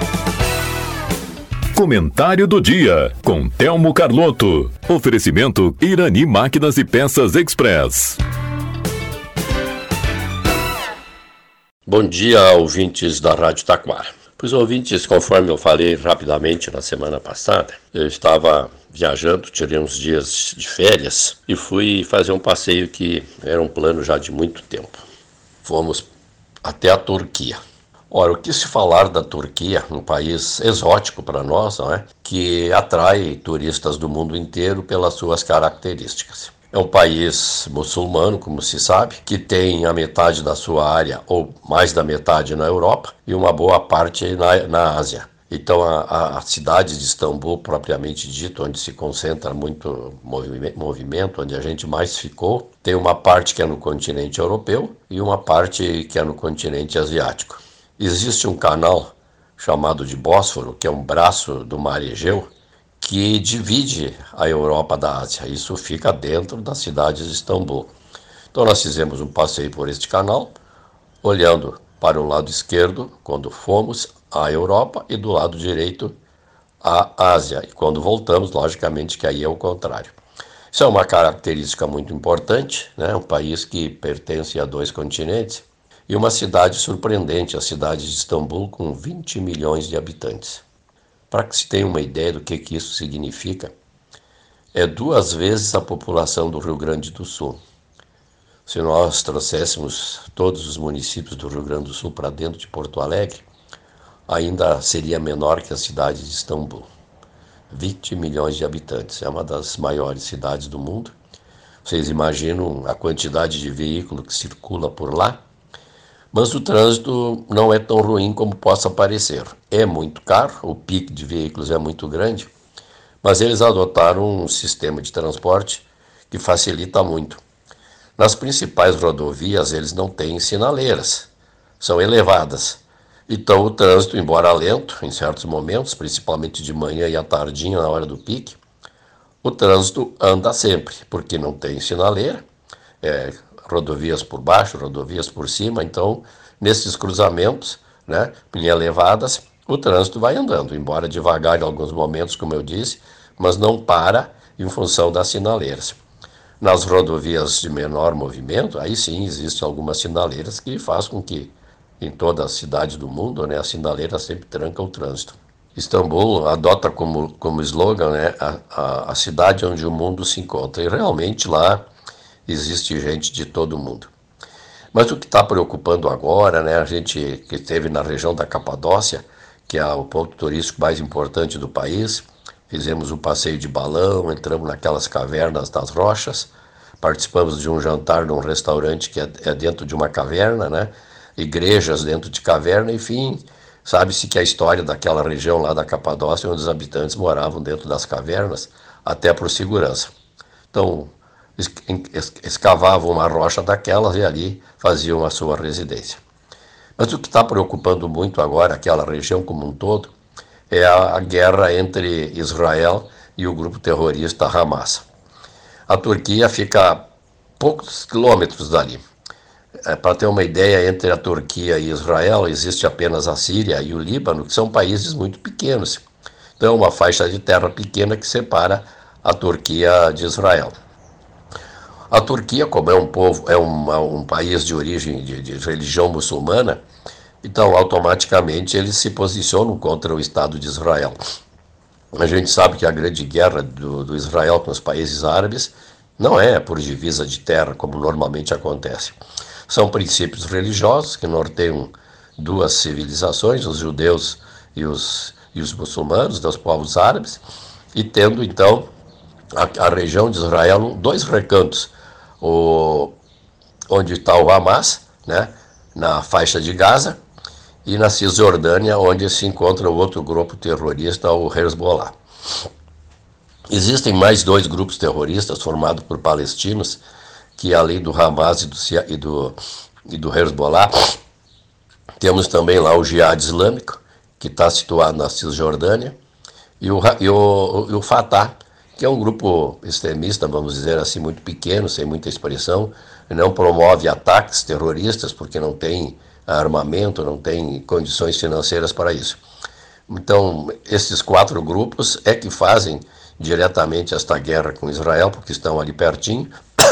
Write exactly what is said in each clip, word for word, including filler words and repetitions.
Comentário do dia, com Telmo Carlotto. Oferecimento Irani Máquinas e Peças Express. Bom dia, ouvintes da Rádio Taquara. Para os ouvintes, conforme eu falei rapidamente na semana passada, eu estava viajando, tirei uns dias de férias e fui fazer um passeio que era um plano já de muito tempo. Fomos até a Turquia. Ora, o que se falar da Turquia, um país exótico para nós, não é? Que atrai turistas do mundo inteiro pelas suas características. É um país muçulmano, como se sabe, que tem a metade da sua área, ou mais da metade, na Europa e uma boa parte na, na Ásia. Então, a, a cidade de Istambul, propriamente dito, onde se concentra muito movimento, onde a gente mais ficou, tem uma parte que é no continente europeu e uma parte que é no continente asiático. Existe um canal chamado de Bósforo, que é um braço do mar Egeu, que divide a Europa da Ásia. Isso fica dentro da cidade de Istambul. Então nós fizemos um passeio por este canal, olhando para o lado esquerdo, quando fomos à Europa, e do lado direito à Ásia. E quando voltamos, logicamente que aí é o contrário. Isso é uma característica muito importante, né? Um país que pertence a dois continentes, e uma cidade surpreendente, a cidade de Istambul, com vinte milhões de habitantes. Para que se tenha uma ideia do que, que isso significa, é duas vezes a população do Rio Grande do Sul. Se nós trouxéssemos todos os municípios do Rio Grande do Sul para dentro de Porto Alegre, ainda seria menor que a cidade de Istambul. vinte milhões de habitantes, é uma das maiores cidades do mundo. Vocês imaginam a quantidade de veículo que circula por lá? Mas o trânsito não é tão ruim como possa parecer. É muito caro, o pico de veículos é muito grande, mas eles adotaram um sistema de transporte que facilita muito. Nas principais rodovias, eles não têm sinaleiras, são elevadas. Então o trânsito, embora lento em certos momentos, principalmente de manhã e à tardinha, na hora do pique, o trânsito anda sempre, porque não tem sinaleira, é, rodovias por baixo, rodovias por cima, então, nesses cruzamentos, né, em elevadas, o trânsito vai andando, embora devagar em alguns momentos, como eu disse, mas não para em função das sinaleiras. Nas rodovias de menor movimento, aí sim existem algumas sinaleiras que fazem com que, em toda a cidade do mundo, né, a sinaleira sempre tranca o trânsito. Istambul adota como, como slogan, né, a, a, a cidade onde o mundo se encontra, e realmente lá existe gente de todo mundo. Mas o que está preocupando agora, né, a gente que esteve na região da Capadócia, que é o ponto turístico mais importante do país, fizemos um passeio de balão, entramos naquelas cavernas das rochas, participamos de um jantar num restaurante que é, é dentro de uma caverna, né, igrejas dentro de caverna, enfim, sabe-se que a história daquela região lá da Capadócia, onde os habitantes moravam dentro das cavernas, até por segurança. Então, escavavam uma rocha daquelas e ali faziam a sua residência. Mas o que está preocupando muito agora aquela região como um todo é a, a guerra entre Israel e o grupo terrorista Hamas. A Turquia fica a poucos quilômetros dali. É, para ter uma ideia, entre a Turquia e Israel existe apenas a Síria e o Líbano, que são países muito pequenos. Então é uma faixa de terra pequena que separa a Turquia de Israel. A Turquia, como é um povo, é um, um país de origem de, de religião muçulmana, então automaticamente eles se posicionam contra o Estado de Israel. A gente sabe que a grande guerra do, do Israel com os países árabes não é por divisa de terra, como normalmente acontece. São princípios religiosos que norteiam duas civilizações, os judeus e os, e os muçulmanos, dos povos árabes, e tendo então a, a região de Israel dois recantos, o, onde está o Hamas, né, na faixa de Gaza, e na Cisjordânia, onde se encontra o outro grupo terrorista, o Hezbollah. Existem mais dois grupos terroristas formados por palestinos, que além do Hamas e do, e do, e do Hezbollah, temos também lá o Jihad Islâmico, que está situado na Cisjordânia, e o, e, o, e o Fatah, que é um grupo extremista, vamos dizer assim, muito pequeno, sem muita expressão, não promove ataques terroristas, porque não tem armamento, não tem condições financeiras para isso. Então, esses quatro grupos é que fazem diretamente esta guerra com Israel, porque estão ali pertinho.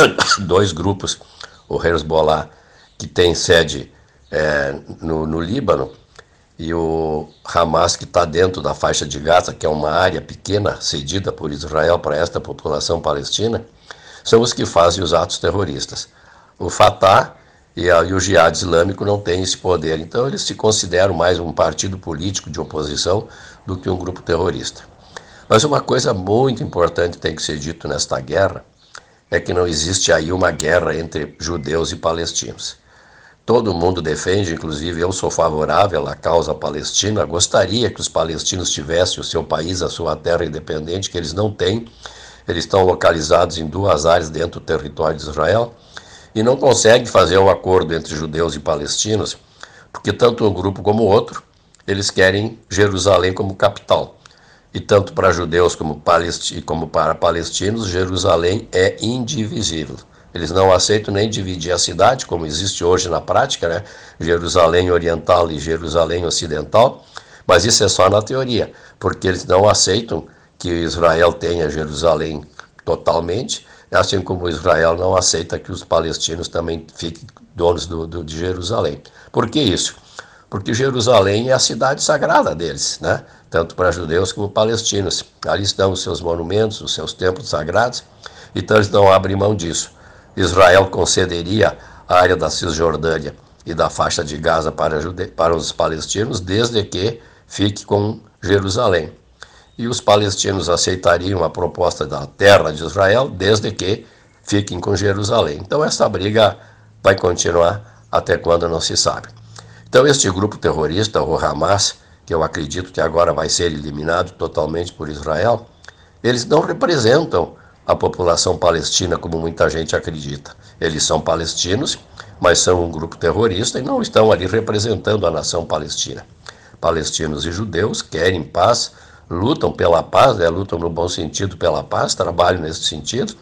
Dois grupos, o Hezbollah, que tem sede é, no, no Líbano, e o Hamas, que está dentro da faixa de Gaza, que é uma área pequena cedida por Israel para esta população palestina, são os que fazem os atos terroristas. O Fatah e, a, e o Jihad Islâmico não têm esse poder, então eles se consideram mais um partido político de oposição do que um grupo terrorista. Mas uma coisa muito importante tem que ser dito nesta guerra é que não existe aí uma guerra entre judeus e palestinos. Todo mundo defende, inclusive eu sou favorável à causa palestina, gostaria que os palestinos tivessem o seu país, a sua terra independente, que eles não têm. Eles estão localizados em duas áreas dentro do território de Israel e não conseguem fazer um acordo entre judeus e palestinos, porque tanto um grupo como o outro, eles querem Jerusalém como capital. E tanto para judeus como, palesti- como para palestinos, Jerusalém é indivisível. Eles não aceitam nem dividir a cidade, como existe hoje na prática, né? Jerusalém Oriental e Jerusalém Ocidental, mas isso é só na teoria, porque eles não aceitam que Israel tenha Jerusalém totalmente, assim como Israel não aceita que os palestinos também fiquem donos do, do, de Jerusalém. Por que isso? Porque Jerusalém é a cidade sagrada deles, né? Tanto para judeus como palestinos. Ali estão os seus monumentos, os seus templos sagrados, então eles não abrem mão disso. Israel concederia a área da Cisjordânia e da faixa de Gaza para, jude... para os palestinos, desde que fique com Jerusalém. E os palestinos aceitariam a proposta da terra de Israel, desde que fiquem com Jerusalém. Então essa briga vai continuar até quando não se sabe. Então este grupo terrorista, o Hamas, que eu acredito que agora vai ser eliminado totalmente por Israel, eles não representam a população palestina como muita gente acredita. Eles são palestinos, mas são um grupo terrorista e não estão ali representando a nação palestina. Palestinos e judeus querem paz, lutam pela paz, né? Lutam no bom sentido pela paz, trabalham nesse sentido,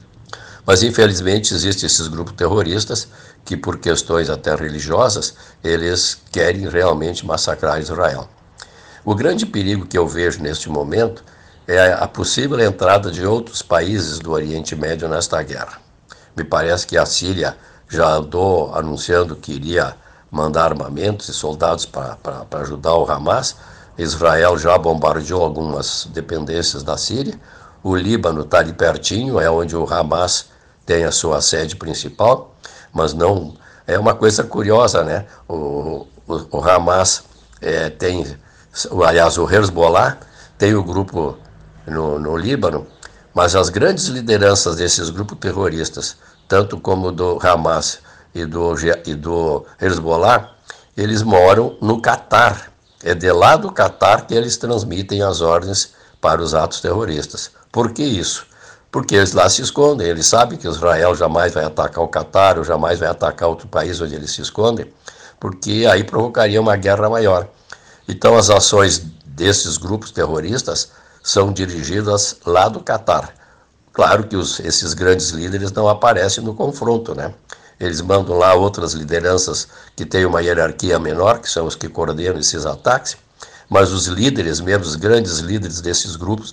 mas infelizmente existem esses grupos terroristas que, por questões até religiosas, eles querem realmente massacrar Israel. O grande perigo que eu vejo neste momento é a possível entrada de outros países do Oriente Médio nesta guerra. Me parece que a Síria já andou anunciando que iria mandar armamentos e soldados para ajudar o Hamas. Israel já bombardeou algumas dependências da Síria. O Líbano está ali pertinho, é onde o Hamas tem a sua sede principal, mas não... É uma coisa curiosa, né? O, o, o Hamas é, tem... Aliás, o Hezbollah tem o grupo no, no Líbano, mas as grandes lideranças desses grupos terroristas, tanto como do Hamas e do, e do Hezbollah, eles moram no Catar. É de lá do Catar que eles transmitem as ordens para os atos terroristas. Por que isso? Porque eles lá se escondem, eles sabem que Israel jamais vai atacar o Catar, ou jamais vai atacar outro país onde eles se escondem, porque aí provocaria uma guerra maior. Então as ações desses grupos terroristas são dirigidas lá do Catar. Claro que os, esses grandes líderes não aparecem no confronto, né? Eles mandam lá outras lideranças que têm uma hierarquia menor, que são os que coordenam esses ataques, mas os líderes, mesmo os grandes líderes desses grupos,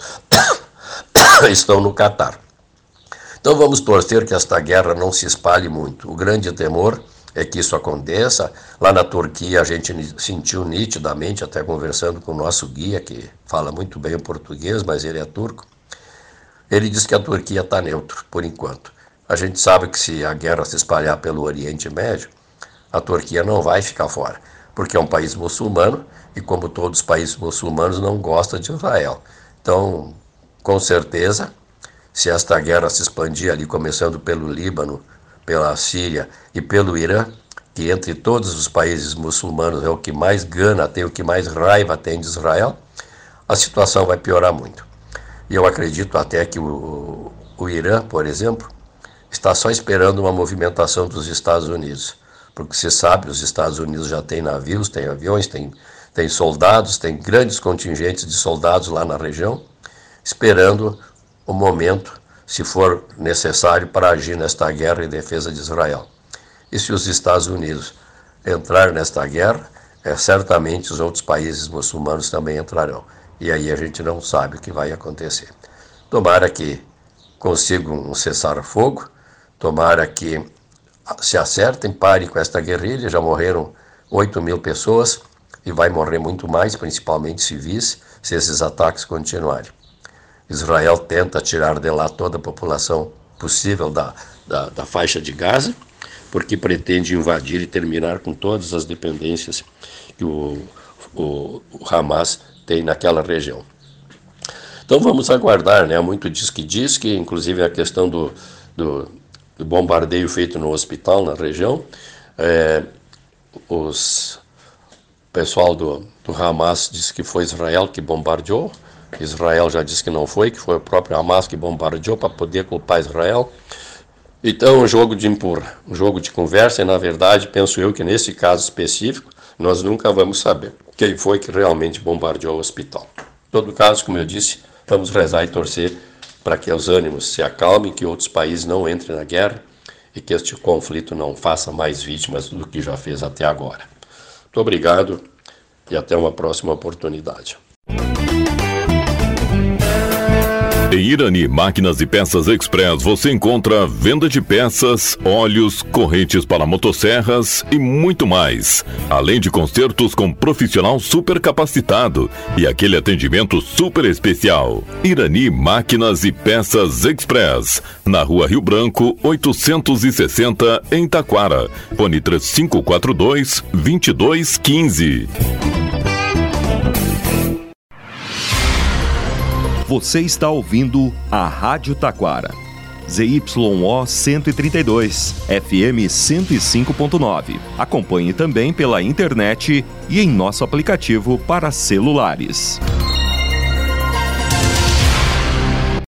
estão no Catar. Então vamos torcer que esta guerra não se espalhe muito. O grande temor é que isso aconteça. Lá na Turquia a gente sentiu nitidamente, até conversando com o nosso guia, que fala muito bem o português, mas ele é turco. Ele diz que a Turquia está neutro, por enquanto. A gente sabe que se a guerra se espalhar pelo Oriente Médio, a Turquia não vai ficar fora, porque é um país muçulmano e, como todos os países muçulmanos, não gosta de Israel. Então, com certeza, se esta guerra se expandir ali, começando pelo Líbano, pela Síria e pelo Irã, que entre todos os países muçulmanos é o que mais gana, tem o que mais raiva tem de Israel, a situação vai piorar muito. E eu acredito até que o, o Irã, por exemplo, está só esperando uma movimentação dos Estados Unidos, porque você sabe, os Estados Unidos já têm navios, têm aviões, têm, têm soldados, têm grandes contingentes de soldados lá na região, esperando o momento, se for necessário, para agir nesta guerra em defesa de Israel. E se os Estados Unidos entrarem nesta guerra, é, certamente os outros países muçulmanos também entrarão. E aí a gente não sabe o que vai acontecer. Tomara que consigam um cessar-fogo, tomara que se acertem, parem com esta guerrilha. Já morreram oito mil pessoas e vai morrer muito mais, principalmente civis, se esses ataques continuarem. Israel tenta tirar de lá toda a população possível da, da, da faixa de Gaza, porque pretende invadir e terminar com todas as dependências que o, o, o Hamas tem naquela região. Então vamos aguardar, né? Muito diz que diz que, inclusive, a questão do, do, do bombardeio feito no hospital na região, é, os, o pessoal do, do Hamas disse que foi Israel que bombardeou. Israel já disse que não foi, que foi o próprio Hamas que bombardeou para poder culpar Israel. Então, um jogo de empurra, um jogo de conversa, e na verdade, penso eu que nesse caso específico, nós nunca vamos saber quem foi que realmente bombardeou o hospital. Em todo caso, como eu disse, vamos rezar e torcer para que os ânimos se acalmem, que outros países não entrem na guerra e que este conflito não faça mais vítimas do que já fez até agora. Muito obrigado e até uma próxima oportunidade. Em Irani Máquinas e Peças Express você encontra venda de peças, óleos, correntes para motosserras e muito mais. Além de consertos com profissional super capacitado e aquele atendimento super especial. Irani Máquinas e Peças Express, na Rua Rio Branco, oitocentos e sessenta, em Taquara. Fone três cinco quatro dois, dois dois um cinco. Você está ouvindo a Rádio Taquara, Z Y O cento e trinta e dois, F M cento e cinco ponto nove. Acompanhe também pela internet e em nosso aplicativo para celulares.